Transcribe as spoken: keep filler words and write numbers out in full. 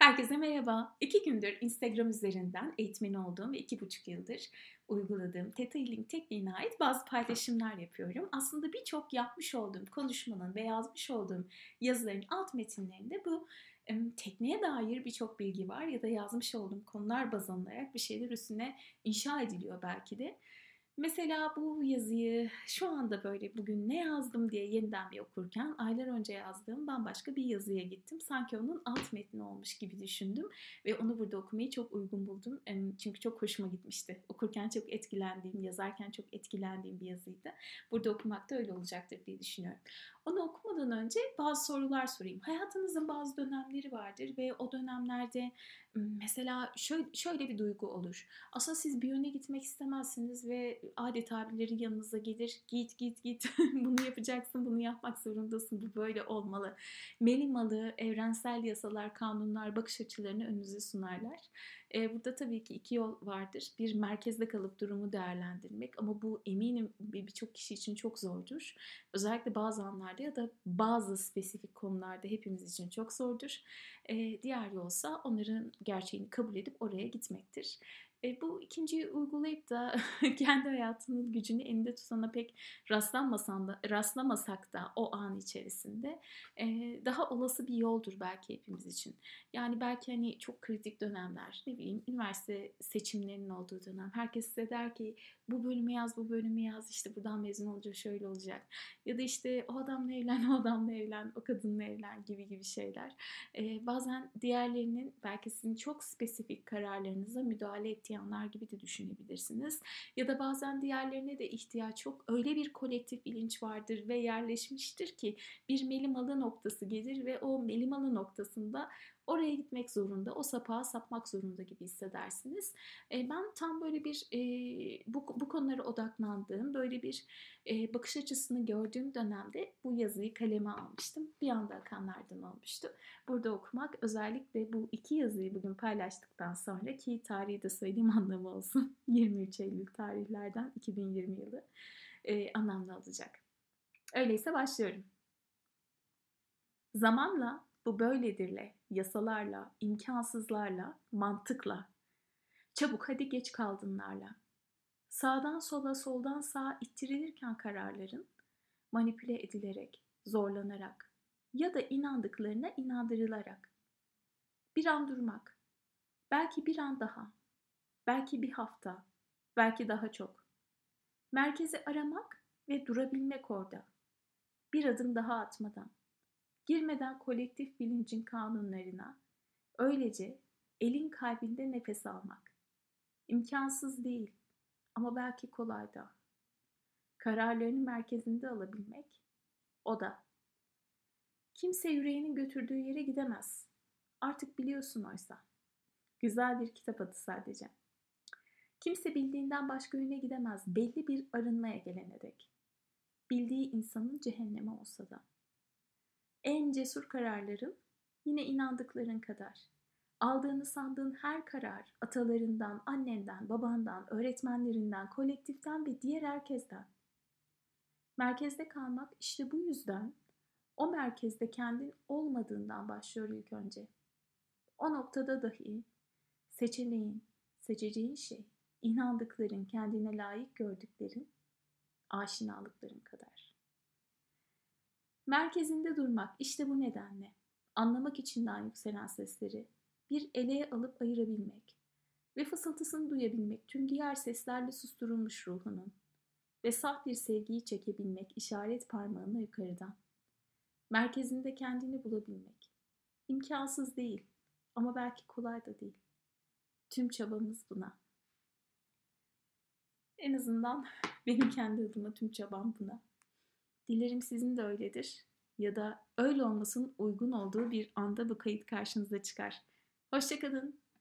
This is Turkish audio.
Herkese merhaba. İki gündür Instagram üzerinden eğitmeni olduğum ve iki buçuk yıldır uyguladığım Theta Healing tekniğine ait bazı paylaşımlar yapıyorum. Aslında birçok yapmış olduğum konuşmanın ve yazmış olduğum yazıların alt metinlerinde bu em, tekniğe dair birçok bilgi var ya da yazmış olduğum konular baz alınarak bir şeyler üstüne inşa ediliyor belki de. Mesela bu yazıyı şu anda böyle bugün ne yazdım diye yeniden bir okurken aylar önce yazdığım bambaşka bir yazıya gittim. Sanki onun alt metni olmuş gibi düşündüm ve onu burada okumayı çok uygun buldum. Çünkü çok hoşuma gitmişti. Okurken çok etkilendiğim, yazarken çok etkilendiğim bir yazıydı. Burada okumak da öyle olacaktır diye düşünüyorum. Onu okumadan önce bazı sorular sorayım. Hayatınızın bazı dönemleri vardır ve o dönemlerde mesela şöyle, şöyle bir duygu olur. Aslında siz bir yöne gitmek istemezsiniz ve adeta birileri yanınıza gelir. Git git git bunu yapacaksın, bunu yapmak zorundasın, bu böyle olmalı. Melimalı, evrensel yasalar, kanunlar, bakış açılarını önünüze sunarlar. Ee, burada tabii ki iki yol vardır. Bir, merkezde kalıp durumu değerlendirmek ama bu eminim birçok kişi için çok zordur. Özellikle bazı anlarda ya da bazı spesifik konularda hepimiz için çok zordur. Ee, diğer yolsa onların gerçeğini kabul edip oraya gitmektir. E, bu ikinciyi uygulayıp da kendi hayatının gücünü elinde tutana pek rastlanmasan da, rastlamasak da o an içerisinde e, daha olası bir yoldur belki hepimiz için. Yani belki hani çok kritik dönemler, ne bileyim üniversite seçimlerinin olduğu dönem. Herkes size der ki bu bölümü yaz, bu bölümü yaz, işte buradan mezun olacak, şöyle olacak. Ya da işte o adamla evlen, o adamla evlen, o kadınla evlen gibi gibi şeyler. Ee, bazen diğerlerinin belki sizin çok spesifik kararlarınıza müdahale ettiği anlar gibi de düşünebilirsiniz. Ya da bazen diğerlerine de ihtiyaç yok. Öyle bir kolektif bilinç vardır ve yerleşmiştir ki bir melimalı noktası gelir ve o melimalı noktasında oraya gitmek zorunda, o sapağa sapmak zorunda gibi hissedersiniz. E, ben tam böyle bir e, bu, bu konulara odaklandığım, böyle bir e, bakış açısını gördüğüm dönemde bu yazıyı kaleme almıştım. Bir anda akanlardan olmuştu. Burada okumak özellikle bu iki yazıyı bugün paylaştıktan sonra, ki tarihi de söyleyeyim anlamı olsun, yirmi üç Eylül tarihlerden iki bin yirmi yılı e, anlamlı olacak. Öyleyse başlıyorum. Zamanla bu böyledirle, yasalarla, imkansızlarla, mantıkla, çabuk hadi geç kaldınlarla, sağdan sola soldan sağa ittirilirken kararların, manipüle edilerek, zorlanarak ya da inandıklarına inandırılarak, bir an durmak, belki bir an daha, belki bir hafta, belki daha çok, merkezi aramak ve durabilmek orada, bir adım daha atmadan, girmeden kolektif bilincin kanunlarına, öylece elin kalbinde nefes almak. İmkansız değil ama belki kolay da. Kararlarını merkezinde alabilmek, o da. Kimse yüreğinin götürdüğü yere gidemez. Artık biliyorsun oysa. Güzel bir kitap adı sadece. Kimse bildiğinden başka yöne gidemez, belli bir arınmaya gelene dek. Bildiği insanın cehennemi olsa da. En cesur kararların yine inandıkların kadar. Aldığını sandığın her karar atalarından, annenden, babandan, öğretmenlerinden, kolektiften ve diğer herkesten. Merkezde kalmak işte bu yüzden o merkezde kendin olmadığından başlıyor ilk önce. O noktada dahi seçeneğin, seçeceğin şey, inandıkların, kendine layık gördüklerin, aşinalıkların kadar. Merkezinde durmak işte bu nedenle. Anlamak içinden yükselen sesleri bir eleğe alıp ayırabilmek ve fısıltısını duyabilmek tüm diğer seslerle susturulmuş ruhunun ve saf bir sevgiyi çekebilmek işaret parmağını yukarıdan. Merkezinde kendini bulabilmek. İmkansız değil ama belki kolay da değil. Tüm çabamız buna. En azından benim kendi adıma tüm çabam buna. Dilerim sizin de öyledir ya da öyle olmasının uygun olduğu bir anda bu kayıt karşınıza çıkar. Hoşça kalın.